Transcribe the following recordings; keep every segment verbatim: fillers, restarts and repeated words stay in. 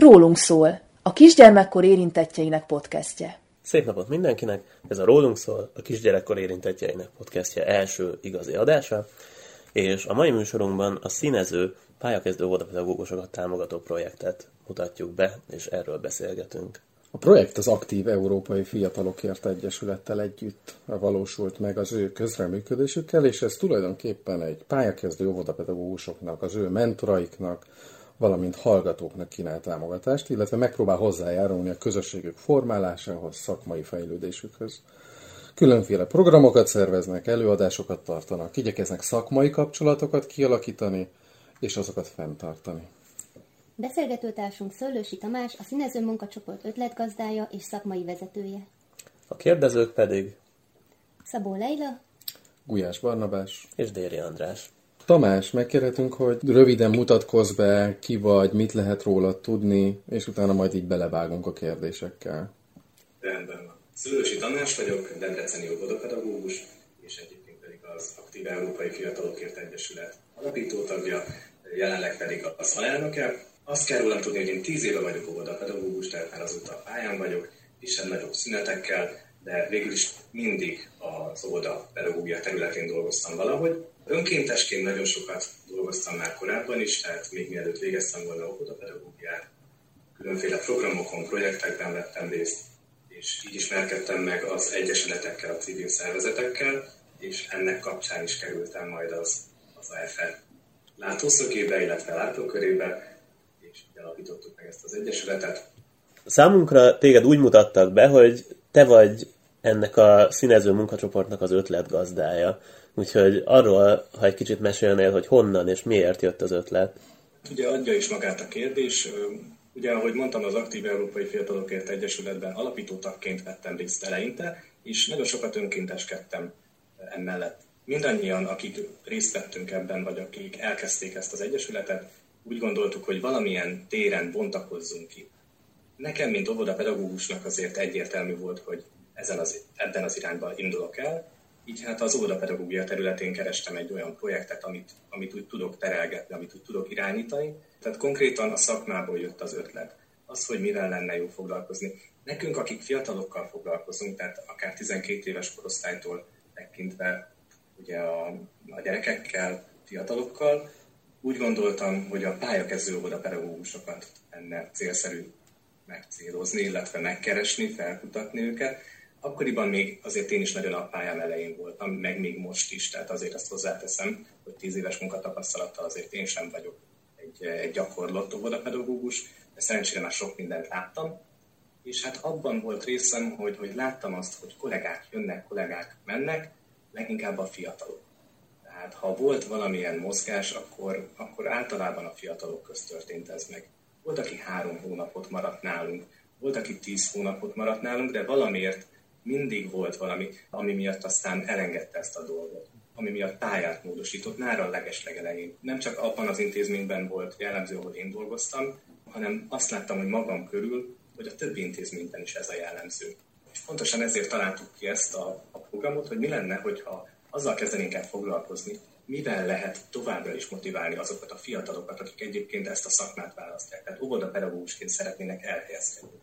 Rólunk szól, a kisgyermekkor érintettjeinek podcastje. Szép napot mindenkinek! Ez a Rólunk szól, a kisgyerekkor érintettjeinek podcastje első igazi adása, és a mai műsorunkban a színező, pályakezdő óvodapedagógusokat támogató projektet mutatjuk be, és erről beszélgetünk. A projekt az Aktív Európai Fiatalokért Egyesülettel együtt valósult meg az ő közreműködésükkel, és ez tulajdonképpen egy pályakezdő óvodapedagógusoknak, az ő mentoraiknak, valamint hallgatóknak kínál támogatást, illetve megpróbál hozzájárulni a közösségük formálásához, szakmai fejlődésükhöz. Különféle programokat szerveznek, előadásokat tartanak, igyekeznek szakmai kapcsolatokat kialakítani, és azokat fenntartani. Beszélgetőtársunk Szőlősi Tamás, a színező munkacsoport ötletgazdája és szakmai vezetője. A kérdezők pedig Szabó Leila, Gulyás Barnabás és Déri András. Tamás, megkérhetünk, hogy röviden mutatkozz be, ki vagy, mit lehet rólad tudni, és utána majd így belevágunk a kérdésekkel. Rendben van. Szőlősi Tamás vagyok, debreceni óvodapedagógus, és egyébként pedig az Aktív Európai Fiatalokért Egyesület alapítótagja, jelenleg pedig az alelnöke. Azt kell rólam tudni, hogy én tíz éve vagyok óvodapedagógus, tehát már azóta pályán vagyok, kisebb-nagyobb szünetekkel, de végül is mindig az óvodapedagógia területén dolgoztam valahogy. Önkéntesként nagyon sokat dolgoztam már korábban is, tehát még mielőtt végeztem volna óvodapedagógiát, különféle programokon, projektekben vettem részt, és így ismerkedtem meg az egyesületekkel, a civil szervezetekkel, és ennek kapcsán is kerültem majd az, az á ef e látószögébe, illetve látókörébe, és így alapítottuk meg ezt az egyesületet. Számunkra téged úgy mutattak be, hogy te vagy ennek a színező munkacsoportnak az ötletgazdája. Úgyhogy arról, ha egy kicsit mesélnél, hogy honnan és miért jött az ötlet. Ugye adja is magát a kérdés. Ugye, ahogy mondtam, az Aktív Európai Fiatalokért Egyesületben alapító tagként vettem részt eleinte, és nagyon sokat önkénteskedtem emellett. Mindannyian, akik részt vettünk ebben, vagy akik elkezdték ezt az egyesületet, úgy gondoltuk, hogy valamilyen téren bontakozzunk ki. Nekem, mint óvodapedagógusnak azért egyértelmű volt, hogy ezen az, ebben az irányban indulok el, így hát az óvodapedagógia területén kerestem egy olyan projektet, amit, amit úgy tudok terelgetni, amit úgy tudok irányítani. Tehát konkrétan a szakmából jött az ötlet. Az, hogy mivel lenne jó foglalkozni. Nekünk, akik fiatalokkal foglalkozunk, tehát akár tizenkét éves korosztálytól tekintve ugye a, a gyerekekkel, fiatalokkal, úgy gondoltam, hogy a pályakezdő óvodapedagógusokat lenne célszerű megcélozni, illetve megkeresni, felkutatni őket. Akkoriban még azért én is nagyon a pályám elején voltam, meg még most is, tehát azért azt hozzáteszem, hogy tíz éves munkatapasztalattal azért én sem vagyok egy, egy gyakorlott óvodapedagógus, de szerencsére már sok mindent láttam, és hát abban volt részem, hogy, hogy láttam azt, hogy kollégák jönnek, kollégák mennek, leginkább a fiatalok. Tehát ha volt valamilyen mozgás, akkor, akkor általában a fiatalok közt történt ez meg. Volt, aki három hónapot maradt nálunk, volt, aki tíz hónapot maradt nálunk, de valamiért mindig volt valami, ami miatt aztán elengedte ezt a dolgot, ami miatt pályát módosított már a legeslegelején. Nem csak abban az intézményben volt jellemző, ahol én dolgoztam, hanem azt láttam, hogy magam körül, hogy a többi intézményben is ez a jellemző. És pontosan ezért találtuk ki ezt a, a programot, hogy mi lenne, hogyha azzal kezdenénk el foglalkozni, mivel lehet továbbra is motiválni azokat a fiatalokat, akik egyébként ezt a szakmát választják. Tehát óvodapedagógusként szeretnének elhelyezkedni.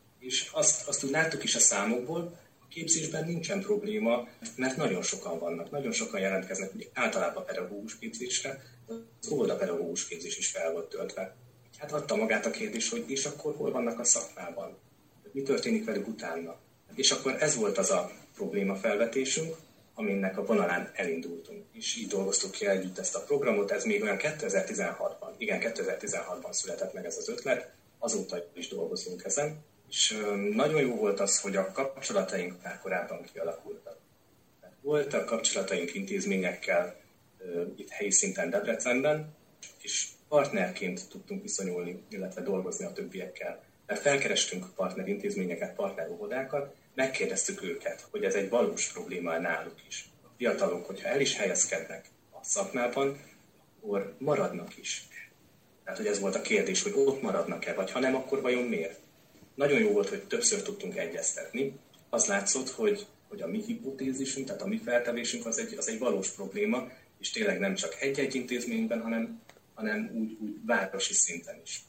És azt, azt úgy láttuk is a számokból, a képzésben nincsen probléma, mert nagyon sokan vannak, nagyon sokan jelentkeznek, ugye általában pedagógus képzésre, az óvodapedagógus képzés is fel volt töltve. Hát adta magát a kérdés, hogy és akkor hol vannak a szakmában? Mi történik velük utána? És akkor ez volt az a problémafelvetésünk, aminek a vonalán elindultunk. És így dolgoztuk ki együtt ezt a programot, ez még olyan kétezer-tizenhatban, igen, kétezer-tizenhatban született meg ez az ötlet, azóta is dolgozunk ezen. És nagyon jó volt az, hogy a kapcsolataink már korábban kialakultak. Voltak kapcsolataink intézményekkel itt helyi szinten Debrecenben, és partnerként tudtunk viszonyulni, illetve dolgozni a többiekkel. Mert felkerestünk partner intézményeket, partner óvodákat, megkérdeztük őket, hogy ez egy valós probléma náluk is. A fiatalok, hogyha el is helyezkednek a szakmában, akkor maradnak is. Tehát, hogy ez volt a kérdés, hogy ott maradnak-e, vagy ha nem, akkor vajon miért? Nagyon jó volt, hogy többször tudtunk egyeztetni. Az látszott, hogy, hogy a mi hipotézisünk, tehát a mi feltevésünk az egy, az egy valós probléma, és tényleg nem csak egy-egy intézményben, hanem, hanem úgy, úgy városi szinten is.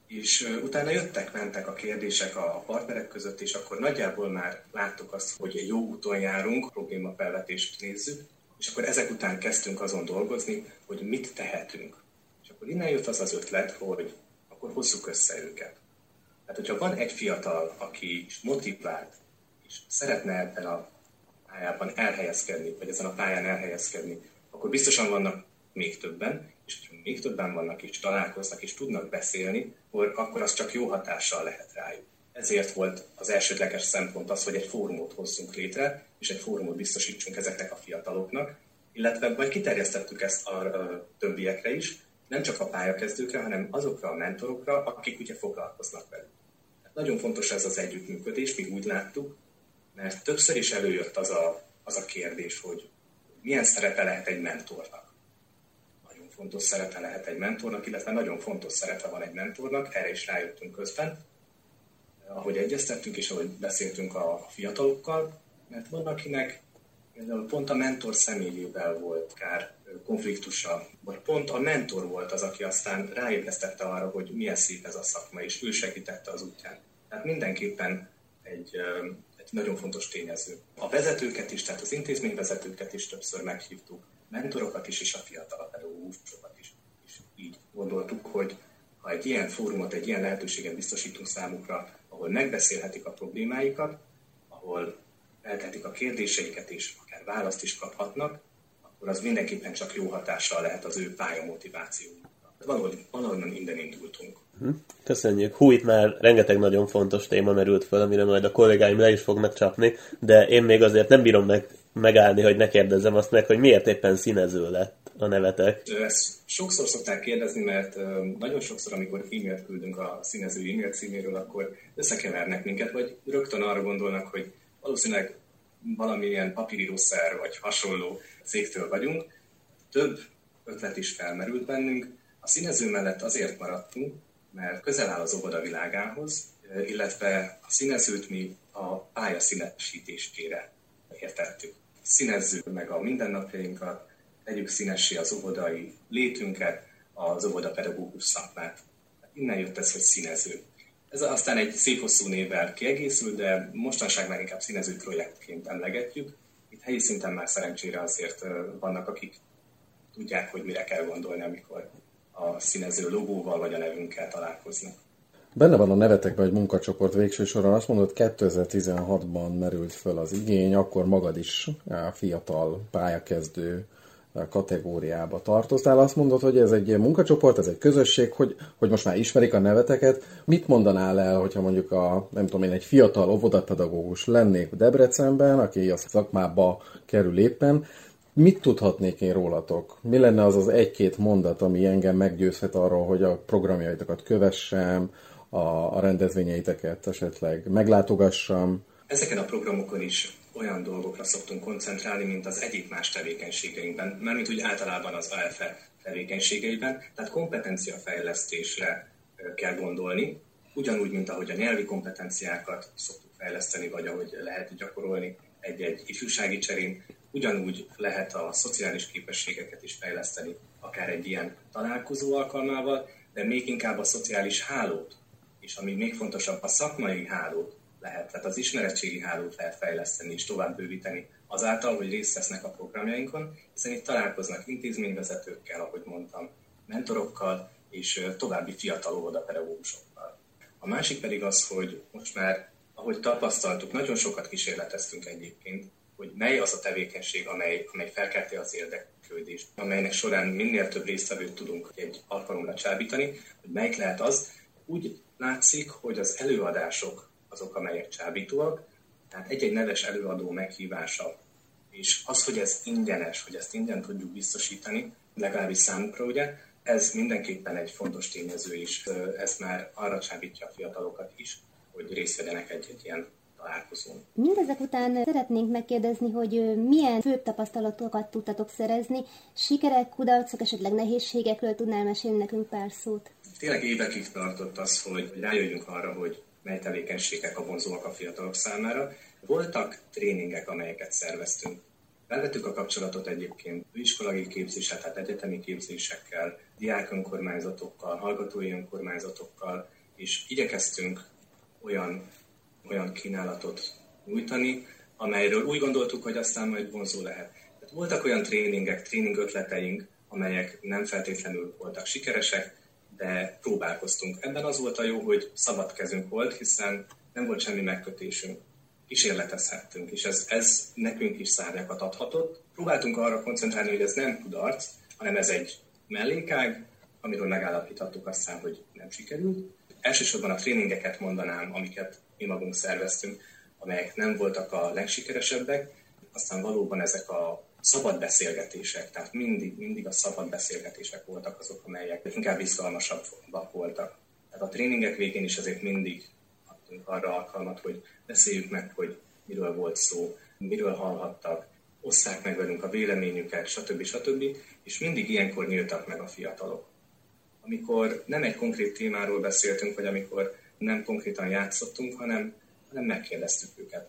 És utána jöttek, mentek a kérdések a partnerek között, és akkor nagyjából már láttuk azt, hogy egy jó úton járunk, problémafelvetést nézzük, és akkor ezek után kezdtünk azon dolgozni, hogy mit tehetünk. És akkor innen jött az az ötlet, hogy akkor hozzuk össze őket. Tehát, hogyha van egy fiatal, aki motivált, és szeretne ebben a pályában elhelyezkedni, vagy ezen a pályán elhelyezkedni, akkor biztosan vannak még többen, és ha még többen vannak, és találkoznak, és tudnak beszélni, akkor az csak jó hatással lehet rájuk. Ezért volt az elsődleges szempont az, hogy egy fórumot hozzunk létre, és egy fórumot biztosítsunk ezeknek a fiataloknak, illetve majd kiterjesztettük ezt a többiekre is, nem csak a pályakezdőkre, hanem azokra a mentorokra, akik ugye foglalkoznak velük. Nagyon fontos ez az együttműködés, mi úgy láttuk, mert többször is előjött az a, az a kérdés, hogy milyen szerepe lehet egy mentornak. Nagyon fontos szerepe lehet egy mentornak, illetve nagyon fontos szerepe van egy mentornak, erre is rájöttünk közben, ahogy egyeztettünk és ahogy beszéltünk a fiatalokkal, mert van, akinek például pont a mentor személyével volt kár konfliktusa, vagy pont a mentor volt az, aki aztán ráébresztette arra, hogy milyen szép ez a szakma, és ő segítette az útján. Tehát mindenképpen egy, egy nagyon fontos tényező. A vezetőket is, tehát az intézményvezetőket is többször meghívtuk, mentorokat is, és a fiatal pedagógusokat is. És így gondoltuk, hogy ha egy ilyen fórumot, egy ilyen lehetőséget biztosítunk számukra, ahol megbeszélhetik a problémáikat, ahol feltehetik a kérdéseiket, és akár választ is kaphatnak, akkor az mindenképpen csak jó hatással lehet az ő pályamotivációjukra. Valahogy, valahonnan innen indultunk. Köszönjük. Hú, itt már rengeteg nagyon fontos téma merült föl, amire majd a kollégáim le is fognak csapni, de én még azért nem bírom meg, megállni, hogy ne kérdezzem azt meg, hogy miért éppen színező lett a nevetek. Ezt sokszor szokták kérdezni, mert nagyon sokszor, amikor e-mailt küldünk a színező e-mail címéről, akkor összekevernek minket, vagy rögtön arra gondolnak, hogy valószínűleg valamilyen papírírószer vagy hasonló cégtől vagyunk. Több ötlet is felmerült bennünk. A színező mellett azért maradtunk, mert közel áll az óvoda világához, illetve a színezőt mi a pálya színesítésére értettük. Színezzük meg a mindennapjainkat, tegyük színessé az óvodai létünket, az óvodapedagógus szakmát. Innen jött ez, hogy színező. Ez aztán egy szép hosszú névvel kiegészül, de mostanság már inkább színező projektként emlegetjük. Itt helyi szinten már szerencsére azért vannak, akik tudják, hogy mire kell gondolni, amikor a színező logóval vagy a nevünkkel találkoznak. Benne van a nevetekben, hogy munkacsoport végső soron azt mondod, kétezer-tizenhatban merült föl az igény, akkor magad is fiatal pályakezdő kategóriába tartoztál. Azt mondod, hogy ez egy munkacsoport, ez egy közösség, hogy, hogy most már ismerik a neveteket. Mit mondanál el, hogyha mondjuk a, nem tudom én, egy fiatal óvodapedagógus lennék Debrecenben, aki a szakmába kerül éppen, mit tudhatnék én rólatok? Mi lenne az az egy-két mondat, ami engem meggyőzhet arról, hogy a programjaitokat kövessem, a, a rendezvényeiteket esetleg meglátogassam? Ezeken a programokon is olyan dolgokra szoktunk koncentrálni, mint az egyéb más tevékenységeinkben, mármint úgy általában az á ef e tevékenységeiben, tehát kompetenciafejlesztésre kell gondolni, ugyanúgy, mint ahogy a nyelvi kompetenciákat szoktuk fejleszteni, vagy ahogy lehet gyakorolni egy-egy ifjúsági cserén, ugyanúgy lehet a szociális képességeket is fejleszteni, akár egy ilyen találkozó alkalmával, de még inkább a szociális hálót, és ami még fontosabb, a szakmai hálót lehet, tehát az ismeretségi hálót lehet fejleszteni és tovább bővíteni azáltal, hogy részt vesznek a programjainkon, hiszen itt találkoznak intézményvezetőkkel, ahogy mondtam, mentorokkal és további fiatal óvodapedagógusokkal. A másik pedig az, hogy most már, ahogy tapasztaltuk, nagyon sokat kísérleteztünk egyébként, hogy mely az a tevékenység, amely, amely felkelti az érdeklődést, amelynek során minél több résztvevőt tudunk egy alkalomra csábítani, hogy melyik lehet az. Úgy látszik, hogy az előadások azok, amelyek csábítóak, tehát egy-egy neves előadó meghívása, és az, hogy ez ingyenes, hogy ezt ingyen tudjuk biztosítani, legalábbis számukra, ugye, ez mindenképpen egy fontos tényező is, ez már arra csábítja a fiatalokat is, hogy részt vegyenek egy-egy ilyen találkozón. Mindezek után szeretnénk megkérdezni, hogy milyen főbb tapasztalatokat tudtatok szerezni, sikerek, kudarcok, esetleg nehézségekről tudnál mesélni nekünk pár szót? Tényleg évekig tartott az, hogy rájöjjünk arra, hogy mely tevékenységek a vonzóak a fiatalok számára. Voltak tréningek, amelyeket szerveztünk. Felvettük a kapcsolatot egyébként iskolai képzéssel, tehát egyetemi képzésekkel, diák önkormányzatokkal, hallgatói önkormányzatokkal, és igyekeztünk olyan, olyan kínálatot nyújtani, amelyről úgy gondoltuk, hogy aztán majd vonzó lehet. Tehát voltak olyan tréningek, tréning ötleteink, amelyek nem feltétlenül voltak sikeresek, de próbálkoztunk. Ebben az volt a jó, hogy szabad kezünk volt, hiszen nem volt semmi megkötésünk. Kísérletezhettünk, és ez, ez nekünk is szárnyakat adhatott. Próbáltunk arra koncentrálni, hogy ez nem kudarc, hanem ez egy mellékág, amiről megállapítottuk aztán, hogy nem sikerült. Elsősorban a tréningeket mondanám, amiket mi magunk szerveztünk, amelyek nem voltak a legsikeresebbek, aztán valóban ezek a szabad beszélgetések, tehát mindig, mindig a szabad beszélgetések voltak azok, amelyek inkább izgalmasabbak voltak. Tehát a tréningek végén is azért mindig adtunk arra alkalmat, hogy beszéljük meg, hogy miről volt szó, miről hallhattak, osszák meg velünk a véleményüket, stb. stb. És mindig ilyenkor nyíltak meg a fiatalok. Amikor nem egy konkrét témáról beszéltünk, vagy amikor nem konkrétan játszottunk, hanem, hanem megkérdeztük őket.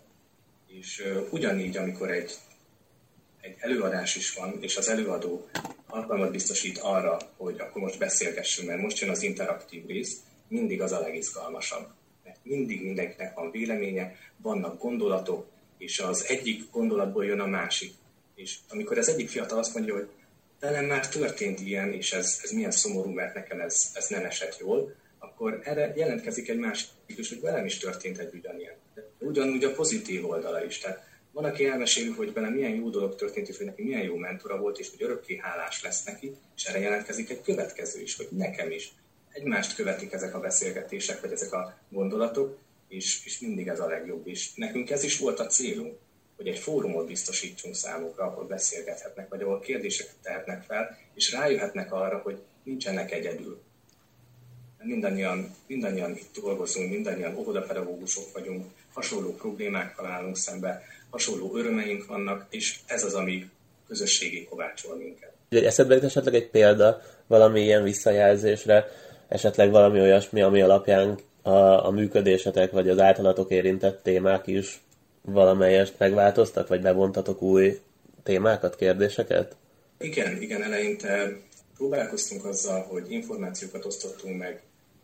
És uh, ugyanígy, amikor egy, egy előadás is van, és az előadó alkalmat biztosít arra, hogy akkor most beszélgessünk, mert most jön az interaktív rész, mindig az a legizgalmasabb. Mert mindig mindenkinek van véleménye, vannak gondolatok, és az egyik gondolatból jön a másik. És amikor az egyik fiatal azt mondja, hogy velem már történt ilyen, és ez, ez milyen szomorú, mert nekem ez, ez nem esett jól, akkor erre jelentkezik egy másik, hogy velem is történt egy ugyanilyen. De ugyanúgy a pozitív oldala is. Tehát van, aki elmeséli, hogy velem milyen jó dolog történt, és hogy neki milyen jó mentora volt, és hogy örökké hálás lesz neki, és erre jelentkezik egy következő is, hogy nekem is. Egymást követik ezek a beszélgetések, vagy ezek a gondolatok, és, és mindig ez a legjobb is. Nekünk ez is volt a célunk, hogy egy fórumot biztosítsunk számukra, ahol beszélgethetnek, vagy ahol kérdéseket tehetnek fel, és rájöhetnek arra, hogy nincsenek egyedül. Mindannyian, mindannyian itt dolgozunk, mindannyian óvodapedagógusok vagyunk, hasonló problémákkal állunk szembe, hasonló örömeink vannak, és ez az, ami közösségi kovácsol minket. Eszedbe jut esetleg egy példa valami ilyen visszajelzésre, esetleg valami olyasmi, ami alapján a, a működésetek, vagy az általatok érintett témák is valamelyest megváltoztak, vagy bevontatok új témákat, kérdéseket? Igen, igen, eleinte próbálkoztunk azzal, hogy információkat osztottunk meg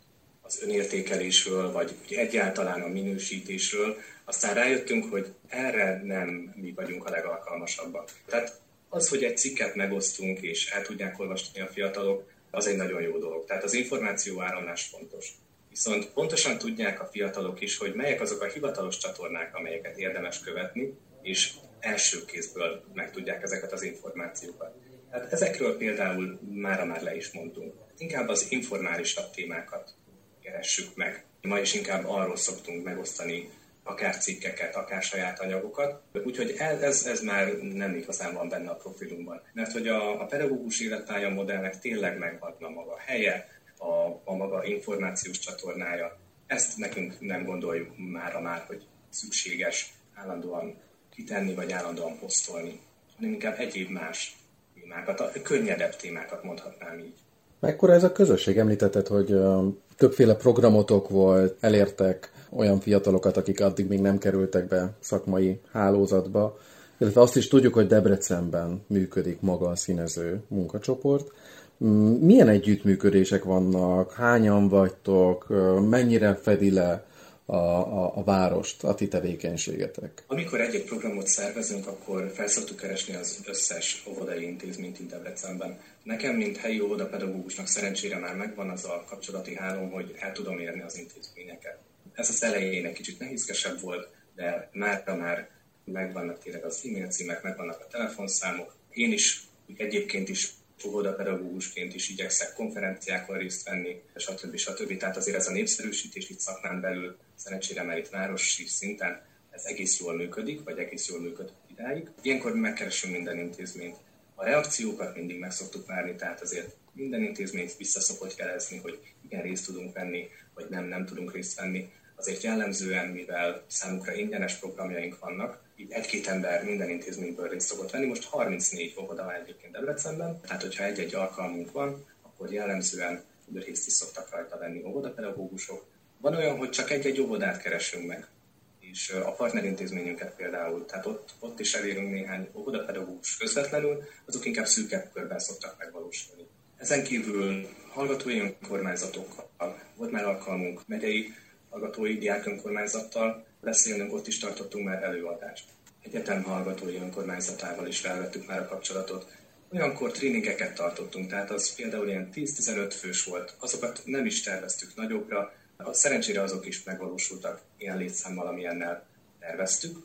az önértékelésről, vagy egyáltalán a minősítésről, aztán rájöttünk, hogy erre nem mi vagyunk a legalkalmasabbak. Tehát az, hogy egy cikket megosztunk, és el tudják olvasni a fiatalok, az egy nagyon jó dolog. Tehát az információ áramlás fontos. Viszont pontosan tudják a fiatalok is, hogy melyek azok a hivatalos csatornák, amelyeket érdemes követni, és első kézből megtudják ezeket az információkat. Tehát ezekről például mára már le is mondtunk. Inkább az informálisabb témákat keressük meg. Ma is inkább arról szoktunk megosztani akár cikkeket, akár saját anyagokat. Úgyhogy ez, ez már nem igazán van benne a profilunkban. Mert hogy a, a pedagógus életpálya modellnek tényleg megvan a maga helye, a, a maga információs csatornája. Ezt nekünk nem gondoljuk mára már, hogy szükséges állandóan kitenni, vagy állandóan posztolni, hanem inkább egyéb más témákat, a könnyedebb témákat mondhatnám így. Mekkora ez a közösség? Említetted, hogy többféle programotok volt, elértek olyan fiatalokat, akik addig még nem kerültek be szakmai hálózatba, illetve azt is tudjuk, hogy Debrecenben működik maga a színező munkacsoport. Milyen együttműködések vannak, hányan vagytok, mennyire fedi le a, a, a várost, a ti tevékenységetek? Amikor egy-egy programot szervezünk, akkor fel szoktuk keresni az összes óvodai intézményt itt Debrecenben. Nekem, mint helyi óvodapedagógusnak szerencsére már megvan az a kapcsolati hálóm, hogy el tudom érni az intézményeket. Ez az elején egy kicsit nehézkesebb volt, de márra már megvannak tényleg az e-mail címek, megvannak a telefonszámok. Én is egyébként is óvodapedagógusként is igyekszek konferenciákon részt venni, stb. stb. Tehát azért ez a népszerűsítés itt szakmán belül, szerencsére már itt városi szinten, ez egész jól működik, vagy egész jól működött idáig. Ilyenkor megkeresünk minden intézményt. A reakciókat mindig meg szoktuk várni, tehát azért minden intézményt vissza szokott jelezni, hogy igen, részt tudunk venni, vagy nem, nem tudunk részt venni. Azért jellemzően, mivel számukra ingyenes programjaink vannak, így egy-két ember minden intézményből részt szokott venni. Most harmincnégy óvoda van egyébként Debrecenben, tehát hogyha egy-egy alkalmunk van, akkor jellemzően részt is szoktak rajta venni óvodapedagógusok. Van olyan, hogy csak egy-egy óvodát keresünk meg, és a partnerintézményünket például, tehát ott, ott is elérünk néhány óvodapedagógus közvetlenül, azok inkább szűkebb körben szoktak megvalósulni. Ezen kívül hallgatói önkormányzatokkal, Volt már alkalmunk megyei hallgatói diák önkormányzattal beszélnünk, ott is tartottunk már előadást. Egyetem hallgatói önkormányzatával is felvettük már a kapcsolatot. Olyankor tréningeket tartottunk, tehát az például ilyen tíz-tizenöt fős volt, azokat nem is terveztük nagyobbra, szerencsére azok is megvalósultak ilyen létszámmal, amilyennel terveztük.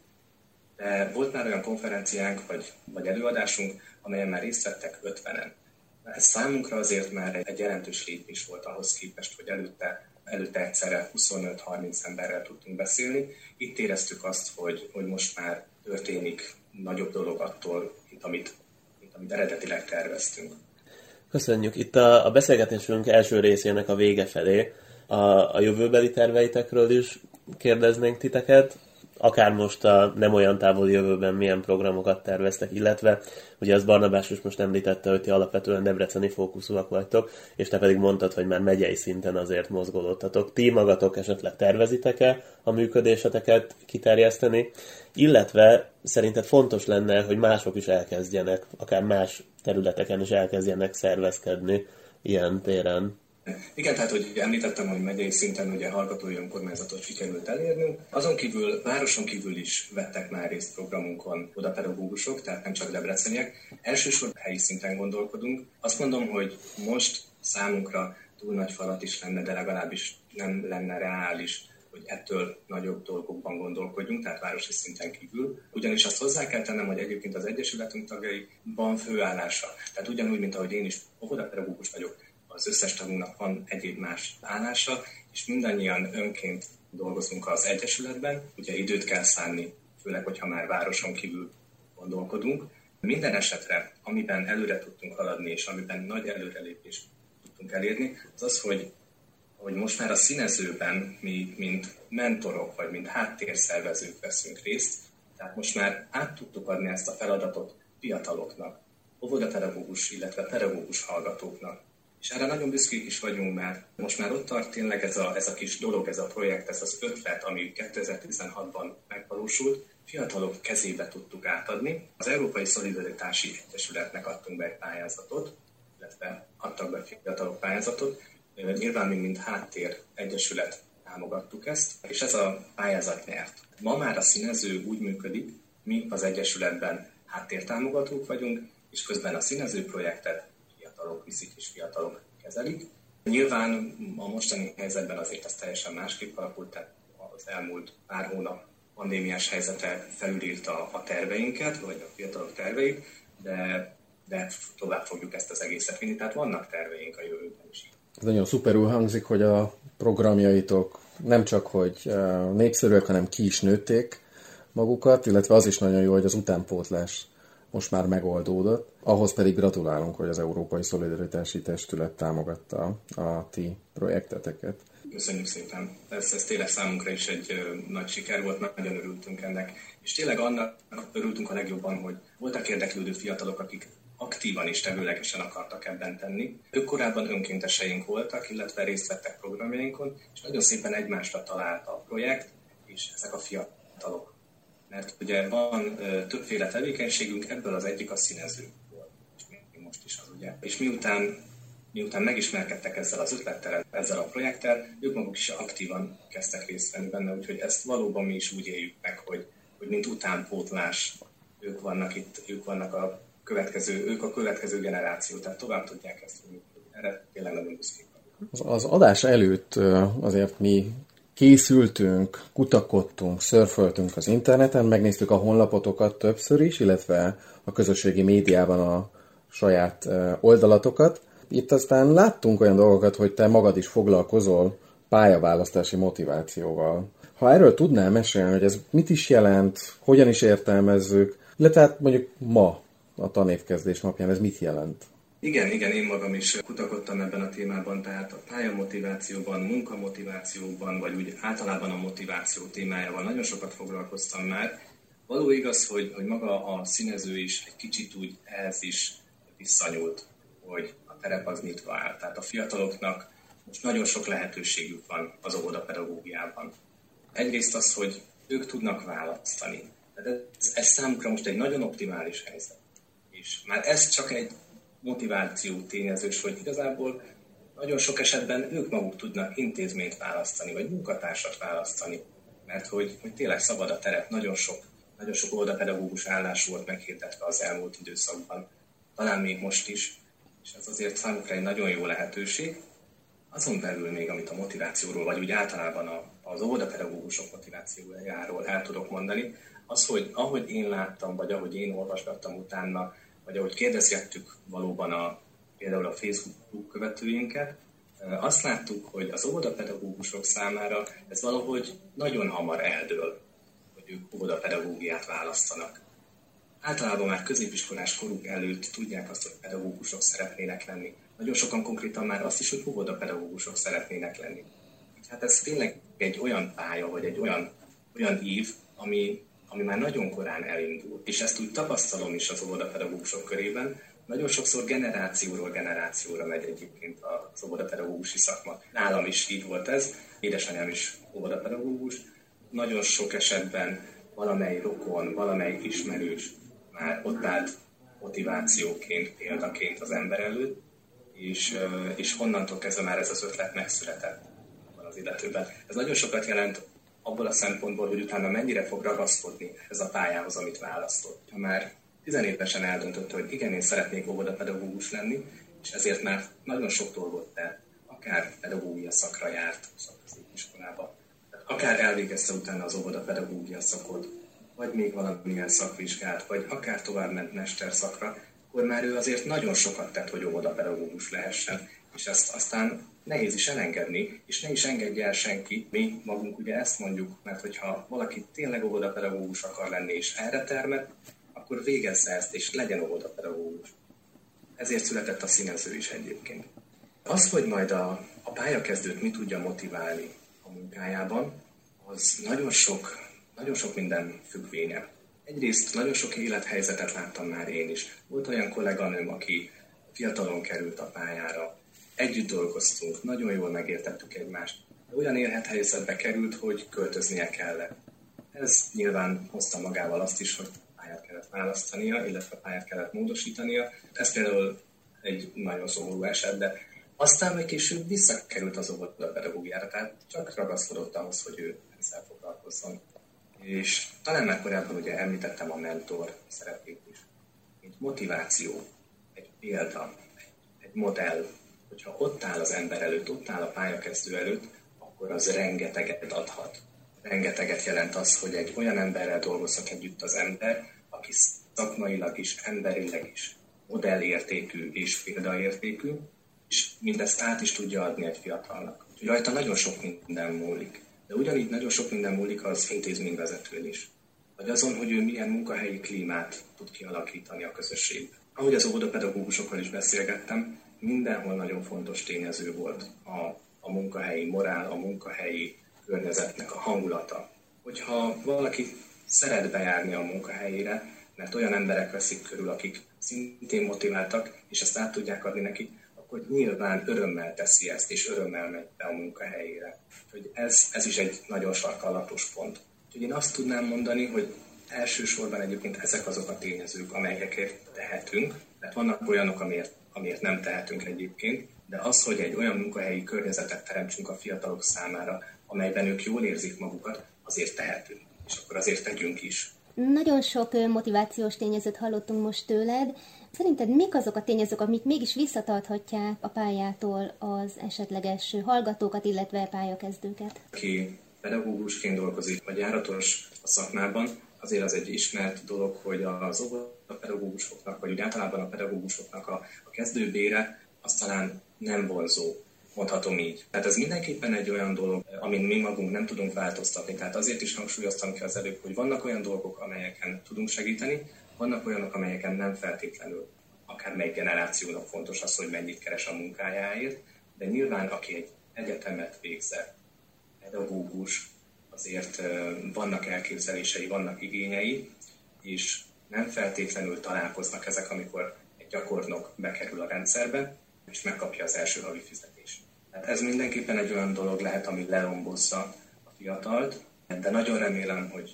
De volt már olyan konferenciánk, vagy, vagy előadásunk, amelyen már részt vettek ötvenen. Ez számunkra azért már egy jelentős lépés volt ahhoz képest, hogy előtte, előtte egyszerre huszonöt-harminc emberrel tudtunk beszélni. Itt éreztük azt, hogy, hogy most már történik nagyobb dolog attól, mint amit, mint amit eredetileg terveztünk. Köszönjük. Itt a, a beszélgetésünk első részének a vége felé a, a jövőbeli terveitekről is kérdeznénk titeket. Akár most a nem olyan távoli jövőben milyen programokat terveztek, illetve ugye az Barnabás is most említette, hogy ti alapvetően debreceni fókuszúak vagytok, és te pedig mondtad, hogy már megyei szinten azért mozgolódtatok. Ti magatok esetleg tervezitek-e a működéseteket kiterjeszteni, illetve szerinted fontos lenne, hogy mások is elkezdjenek, akár más területeken is elkezdjenek szervezkedni ilyen téren? Igen, tehát hogy említettem, hogy megyei szinten ugye hallgatói önkormányzatot sikerült elérnünk. Azon kívül, városon kívül is vettek már részt programunkon odapedagógusok, tehát nem csak debreceniek. Elsősorban helyi szinten gondolkodunk. Azt mondom, hogy most számunkra túl nagy falat is lenne, de legalábbis nem lenne reális, hogy ettől nagyobb dolgokban gondolkodjunk, tehát városi szinten kívül. Ugyanis azt hozzá kell tennem, hogy egyébként az Egyesületünk tagjaiban főállása. Tehát ugyanúgy, mint ahogy én is óvodapedagógus vagyok, az összes tagunknak van egyéb más állása, és mindannyian önként dolgozunk az Egyesületben. Ugye időt kell szánni, főleg, hogyha már városon kívül gondolkodunk. Minden esetre, amiben előre tudtunk haladni, és amiben nagy előrelépést tudtunk elérni, az az, hogy, hogy most már a színezőben mi, mint mentorok, vagy mint háttérszervezők veszünk részt. Tehát most már át tudtuk adni ezt a feladatot fiataloknak, óvodapedagógus, illetve pedagógus hallgatóknak. És erre nagyon büszkék is vagyunk, mert most már ott tart tényleg ez a, ez a kis dolog, ez a projekt, ez az ötlet, ami kétezer-tizenhatban megvalósult, fiatalok kezébe tudtuk átadni. Az Európai Szolidaritási Egyesületnek adtunk be egy pályázatot, illetve adtak be fiatalok pályázatot. Nyilván mi, mint háttér egyesület támogattuk ezt, és ez a pályázat nyert. Ma már a színező úgy működik, mi az egyesületben háttértámogatók vagyunk, és közben a színező projektet fiatalok viszik és fiatalok kezelik. Nyilván a mostani helyzetben azért ez teljesen másképp alakult, tehát az elmúlt pár hónap pandémiás helyzete felülírta a terveinket, vagy a fiatalok terveit, de, de tovább fogjuk ezt az egészet vinni, tehát vannak terveink a jövőben is. Ez nagyon szuperül hangzik, hogy a programjaitok nem csak, hogy népszerűek, hanem ki is nőtték magukat, illetve az is nagyon jó, hogy az utánpótlás most már megoldódott. Ahhoz pedig gratulálunk, hogy az Európai Szolidaritási Testület támogatta a ti projekteteket. Köszönjük szépen. Ez, ez tényleg számunkra is egy ö, nagy siker volt, nagyon örültünk ennek. És tényleg annak örültünk a legjobban, hogy voltak érdeklődő fiatalok, akik aktívan és tevőlegesen akartak ebben tenni. Ők korábban önkénteseink voltak, illetve részt vettek programjainkon, és nagyon szépen egymásra talált a projekt, és ezek a fiatalok. Mert ugye van ö, többféle tevékenységünk, ebből az egyik a színező volt, és még most is az ugye. És miután, miután megismerkedtek ezzel az ötlettel, ezzel a projekttel, ők maguk is aktívan kezdtek részt venni benne, úgyhogy ezt valóban mi is úgy éljük meg, hogy, hogy mint utánpótlás ők vannak itt, ők vannak a következő, ők a következő generáció, tehát tovább tudják ezt működni. Erre tényleg nagyon büszkék vagyunk. Az adás előtt azért mi készültünk, kutakodtunk, szörföltünk az interneten, megnéztük a honlapotokat többször is, illetve a közösségi médiában a saját oldalatokat. Itt aztán láttunk olyan dolgokat, hogy te magad is foglalkozol pályaválasztási motivációval. Ha erről tudnál mesélni, hogy ez mit is jelent, hogyan is értelmezzük, illetve hát mondjuk ma a tanévkezdés napján ez mit jelent? Igen, igen, én magam is kutakodtam ebben a témában, tehát a pályamotivációban, munkamotivációban, vagy úgy általában a motiváció témájával nagyon sokat foglalkoztam már. Való igaz, hogy, hogy maga a színező is egy kicsit úgy ehhez is visszanyúlt, hogy a terep az nyitva áll. Tehát a fiataloknak most nagyon sok lehetőségük van az óvodapedagógiában. Egyrészt az, hogy ők tudnak választani. Tehát ez, ez számukra most egy nagyon optimális helyzet. És már ez csak egy motiváció tényezős, hogy igazából nagyon sok esetben ők maguk tudnak intézményt választani, vagy munkatársat választani, mert hogy, hogy tényleg szabad a teret. Nagyon sok, nagyon sok óvodapedagógus állás volt meghirdetve az elmúlt időszakban, talán még most is, és ez azért számukra egy nagyon jó lehetőség. Azon belül még, amit a motivációról, vagy úgy általában a, az óvodapedagógusok motivációjáról el tudok mondani, az, hogy ahogy én láttam, vagy ahogy én olvasgattam utána, vagy ahogy kérdezgettük valóban a, például a Facebook követőinket, azt láttuk, hogy az óvodapedagógusok számára ez valahogy nagyon hamar eldől, hogy ők óvodapedagógiát választanak. Általában már középiskolás koruk előtt tudják azt, hogy pedagógusok szeretnének lenni. Nagyon sokan konkrétan már azt is, hogy óvodapedagógusok szeretnének lenni. Hát ez tényleg egy olyan pálya, vagy egy olyan, olyan ív, ami, ami már nagyon korán elindul. És ezt úgy tapasztalom is az óvodapedagógusok körében. Nagyon sokszor generációról generációra megy egyébként az óvodapedagógusi szakma. Nálam is így volt ez, édesanyám is óvodapedagógus. Nagyon sok esetben valamely rokon, valamely ismerős már ott állt motivációként, példaként az ember előtt, és, és onnantól kezdve már ez az ötlet megszületett abban az illetőben. Ez nagyon sokat jelent abból a szempontból, hogy utána mennyire fog ragaszkodni ez a pályához, amit választott. Ha már tizenévesen eldöntötte, hogy igen, én szeretnék óvodapedagógus lenni, és ezért már nagyon sok dolgot tett, akár pedagógia szakra járt szakközépiskolába, akár elvégezte utána az óvodapedagógia szakot, vagy még valamilyen szakvizsgát, vagy akár tovább ment mesterszakra, akkor már ő azért nagyon sokat tett, hogy óvodapedagógus lehessen, és ezt aztán nehéz is elengedni, és ne is engedje el senki. Mi magunk ugye ezt mondjuk, mert hogyha valaki tényleg óvodapedagógus akar lenni, és erre termel, akkor végezze ezt, és legyen óvodapedagógus. Ezért született a színező is egyébként. Az, hogy majd a, a pályakezdőt mi tudja motiválni a munkájában, az nagyon sok, nagyon sok minden függvénye. Egyrészt nagyon sok élethelyzetet láttam már én is. Volt olyan kolléganőm, aki fiatalon került a pályára. Együtt dolgoztunk, nagyon jól megértettük egymást. Olyan élethelyzetbe került, hogy költöznie kellett. Ez nyilván hozta magával azt is, hogy pályát kellett választania, illetve pályát kellett módosítania. Ez például egy nagyon szomorú eset, de aztán még később visszakerült az óvodapedagógiára, tehát csak ragaszkodott ahhoz, hogy ő ezzel foglalkozzon. És talán már korábban ugye említettem a mentor szerepét is, mint motiváció, egy példa, egy modell, hogyha ott áll az ember előtt, ott áll a pályakezdő előtt, akkor az rengeteget adhat. Rengeteget jelent az, hogy egy olyan emberrel dolgozhat együtt az ember, aki szakmailag is, emberileg is modellértékű és példaértékű, és mindezt át is tudja adni egy fiatalnak. Úgyhogy rajta nagyon sok minden múlik. De ugyanígy nagyon sok minden múlik az intézményvezetőn is. Vagy azon, hogy ő milyen munkahelyi klímát tud kialakítani a közösségben. Ahogy az óvodapedagógusokkal is beszélgettem, mindenhol nagyon fontos tényező volt a, a munkahelyi morál, a munkahelyi környezetnek a hangulata. Hogyha valaki szeret bejárni a munkahelyére, mert olyan emberek veszik körül, akik szintén motiváltak, és ezt át tudják adni neki, akkor nyilván örömmel teszi ezt, és örömmel megy be a munkahelyére. Úgyhogy ez, ez is egy nagyon sarkallatos pont. Úgyhogy én azt tudnám mondani, hogy elsősorban egyébként ezek azok a tényezők, amelyekért tehetünk, mert vannak olyanok, amiért, amiért nem tehetünk egyébként, de az, hogy egy olyan munkahelyi környezetet teremtsünk a fiatalok számára, amelyben ők jól érzik magukat, azért tehetünk, és akkor azért tegyünk is. Nagyon sok motivációs tényezőt hallottunk most tőled. Szerinted mik azok a tényezők, amik mégis visszatarthatják a pályától az esetleges hallgatókat, illetve pályakezdőket? Aki pedagógusként dolgozik, vagy járatos a szakmában, azért az egy ismert dolog, hogy az óvodapedagógusoknak, vagy úgy általában a pedagógusoknak a, a kezdőbére az talán nem vonzó, mondhatom így. Tehát ez mindenképpen egy olyan dolog, amin mi magunk nem tudunk változtatni. Tehát azért is hangsúlyoztam ki az előbb, hogy vannak olyan dolgok, amelyeken tudunk segíteni, vannak olyanok, amelyeken nem feltétlenül. Akármelyik generációnak fontos az, hogy mennyit keres a munkájáért, de nyilván aki egy egyetemet végzett, pedagógus, azért vannak elképzelései, vannak igényei, és nem feltétlenül találkoznak ezek, amikor egy gyakornok bekerül a rendszerbe, és megkapja az első havi fizetést. Tehát ez mindenképpen egy olyan dolog lehet, ami lelombozza a fiatalt, de nagyon remélem, hogy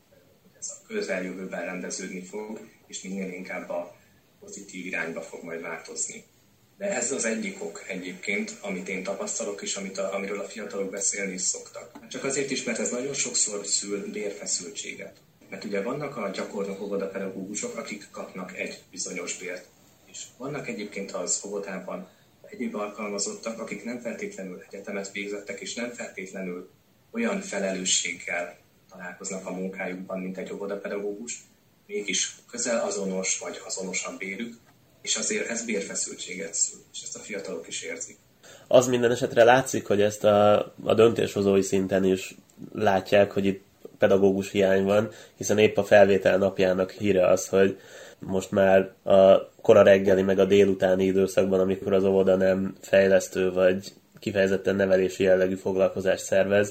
ez a közeljövőben rendeződni fog, és minél inkább a pozitív irányba fog majd változni. De ez az egyik ok egyébként, amit én tapasztalok, és amit a, amiről a fiatalok beszélni is szoktak. Csak azért is, mert ez nagyon sokszor szül bérfeszültséget. Mert ugye vannak a gyakornok óvodapedagógusok, akik kapnak egy bizonyos bért. És vannak egyébként az óvodában egyéb alkalmazottak, akik nem feltétlenül egyetemet végzettek, és nem feltétlenül olyan felelősséggel találkoznak a munkájukban, mint egy óvodapedagógus, mégis közel azonos vagy azonosabb bérük, és azért ez bérfeszültséget szül, és ezt a fiatalok is érzik. Az minden esetre látszik, hogy ezt a, a döntéshozói szinten is látják, hogy itt pedagógus hiány van, hiszen épp a felvétel napjának híre az, hogy most már a kora reggeli meg a délutáni időszakban, amikor az óvoda nem fejlesztő vagy kifejezetten nevelési jellegű foglalkozást szervez,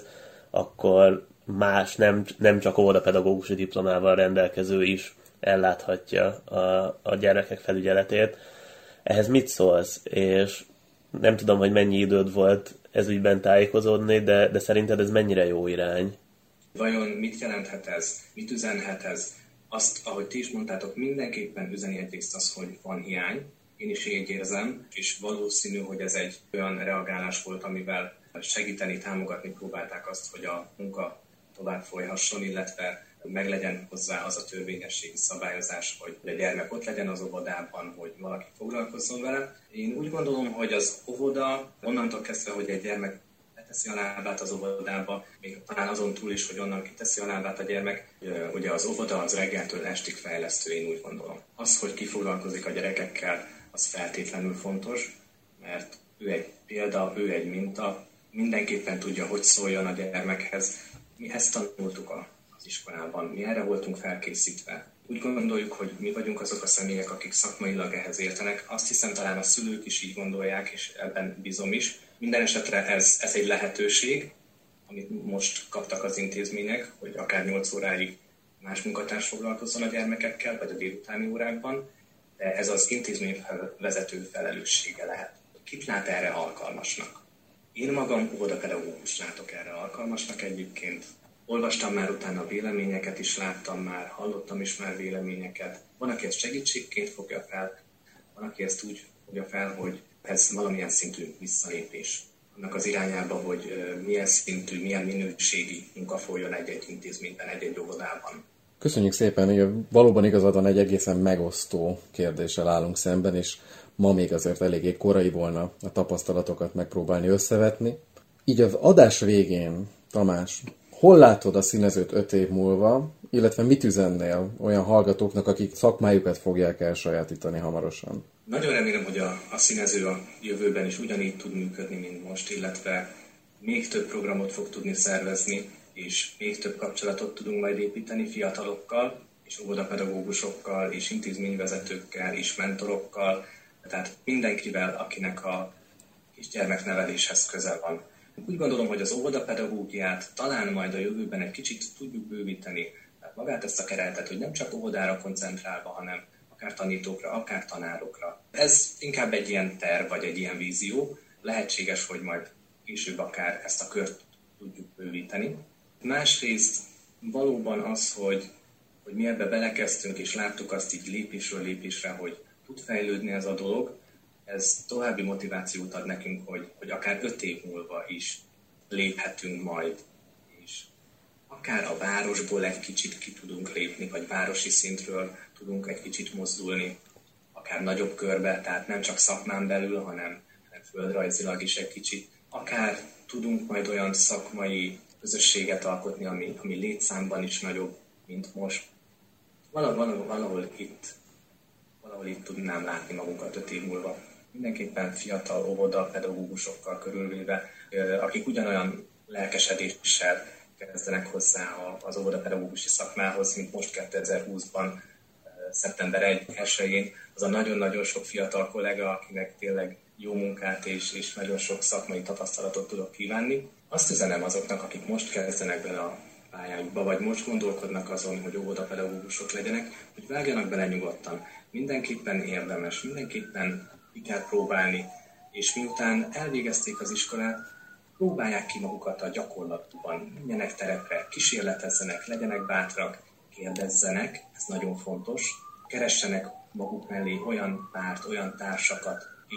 akkor más, nem, nem csak óvodapedagógusi diplomával rendelkező is elláthatja a, a gyerekek felügyeletét. Ehhez mit szólsz? És nem tudom, hogy mennyi időd volt ez ügyben tájékozódni, de, de szerinted ez mennyire jó irány? Vajon mit jelenthet ez? Mit üzenhet ez? Azt, ahogy ti is mondtátok, mindenképpen üzeni egyrészt az, hogy van hiány. Én is így érzem, és valószínű, hogy ez egy olyan reagálás volt, amivel segíteni, támogatni próbálták azt, hogy a munka tovább folyhasson, illetve meglegyen hozzá az a törvényességi szabályozás, hogy a gyermek ott legyen az óvodában, hogy valaki foglalkozzon vele. Én úgy gondolom, hogy az óvoda onnantól kezdve, hogy egy gyermek leteszi a lábát az óvodába, még talán azon túl is, hogy onnan kiteszi a lábát a gyermek, ugye az óvoda az reggeltől estig fejlesztő, én úgy gondolom. Az, hogy ki foglalkozik a gyerekekkel, az feltétlenül fontos, mert ő egy példa, ő egy minta, mindenképpen tudja, hogy szóljon a gyermekhez. Mi ezt tanultuk az iskolában, mi erre voltunk felkészítve. Úgy gondoljuk, hogy mi vagyunk azok a személyek, akik szakmailag ehhez értenek. Azt hiszem, talán a szülők is így gondolják, és ebben bízom is. Minden esetre ez, ez egy lehetőség, amit most kaptak az intézmények, hogy akár nyolc óráig más munkatárs foglalkozzon a gyermekekkel, vagy a délutáni órákban, de ez az intézmény vezető felelőssége lehet. Kit lát erre alkalmasnak? Én magam óvodapedagógus látok erre alkalmasnak egyébként. Olvastam már utána véleményeket is, láttam már, hallottam is már véleményeket. Van, aki ezt segítségként fogja fel, van, aki ezt úgy fogja fel, hogy ez valamilyen szintű visszalépés. Annak az irányába, hogy milyen szintű, milyen minőségi munka folyjon egy-egy intézményben, egy-egy óvodában. Köszönjük szépen, hogy valóban igazad van, egy egészen megosztó kérdéssel állunk szemben, és ma még azért eléggé korai volna a tapasztalatokat megpróbálni összevetni. Így az adás végén, Tamás, hol látod a színezőt öt év múlva, illetve mit üzennél olyan hallgatóknak, akik szakmájukat fogják elsajátítani hamarosan? Nagyon remélem, hogy a, a színező a jövőben is ugyanígy tud működni, mint most, illetve még több programot fog tudni szervezni, és még több kapcsolatot tudunk majd építeni fiatalokkal, és óvodapedagógusokkal, és intézményvezetőkkel, és mentorokkal, tehát mindenkivel, akinek a kisgyermekneveléshez köze van. Úgy gondolom, hogy az óvodapedagógiát talán majd a jövőben egy kicsit tudjuk bővíteni. Tehát magát ezt a keretet, hogy nem csak óvodára koncentrálva, hanem akár tanítókra, akár tanárokra. Ez inkább egy ilyen terv, vagy egy ilyen vízió. Lehetséges, hogy majd később akár ezt a kört tudjuk bővíteni. Másrészt valóban az, hogy, hogy mi ebbe belekezdtünk, és láttuk azt így lépésről lépésre, hogy tud fejlődni ez a dolog, ez további motivációt ad nekünk, hogy, hogy akár öt év múlva is léphetünk majd, és akár a városból egy kicsit ki tudunk lépni, vagy városi szintről tudunk egy kicsit mozdulni, akár nagyobb körbe, tehát nem csak szakmán belül, hanem, hanem földrajzilag is egy kicsit. Akár tudunk majd olyan szakmai közösséget alkotni, ami, ami létszámban is nagyobb, mint most. Valahol, valahol, valahol itt valahol itt tudnám látni magunkat öt év múlva. Mindenképpen fiatal óvodapedagógusokkal körülvéve, akik ugyanolyan lelkesedéssel kezdenek hozzá az óvodapedagógusi szakmához, mint most kétezer-húszban, szeptember elsején. Az a nagyon-nagyon sok fiatal kollega, akinek tényleg jó munkát és, és nagyon sok szakmai tapasztalatot tudok kívánni. Azt üzenem azoknak, akik most kezdenek bele a pályájukba, vagy most gondolkodnak azon, hogy óvodapedagógusok legyenek, hogy vágjanak bele nyugodtan. Mindenképpen érdemes, mindenképpen ki kell próbálni, és miután elvégezték az iskolát, próbálják ki magukat a gyakorlatban, menjenek terepre, kísérletezzenek, legyenek bátrak, kérdezzenek, ez nagyon fontos, keressenek maguk mellé olyan párt, olyan társakat, akik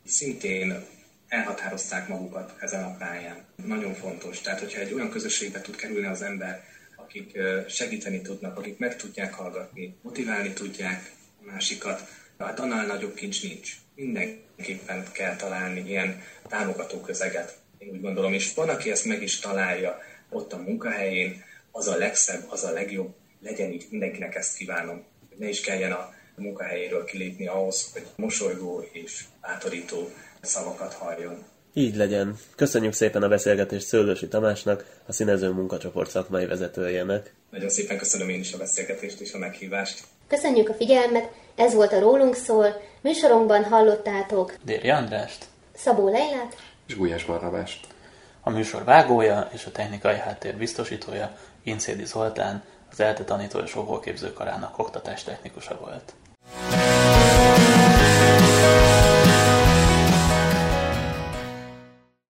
szintén elhatározták magukat ezen a pályán. Nagyon fontos. Tehát, hogyha egy olyan közösségbe tud kerülni az ember, akik segíteni tudnak, akik meg tudják hallgatni, motiválni tudják a másikat, hát annál nagyobb kincs nincs. Mindenképpen kell találni ilyen támogató közeget, én úgy gondolom, és van, aki ezt meg is találja ott a munkahelyén, az a legszebb, az a legjobb, legyen így, mindenkinek ezt kívánom, hogy ne is kelljen a munkahelyéről kilépni ahhoz, hogy mosolygó és bátorító szavakat halljon. Így legyen. Köszönjük szépen a beszélgetést Szőlősi Tamásnak, a Színező Munkacsoport szakmai vezetőjének. Nagyon szépen köszönöm én is a beszélgetést és a meghívást. Köszönjük a figyelmet, ez volt a Rólunk szól, műsorunkban hallottátok Déri Andrást, Szabó Leilát És Gulyás Barnabást. a műsor vágója és a technikai háttér biztosítója Incédi Zoltán, az ELTE tanító és óvóképző karának oktatástechnikusa volt.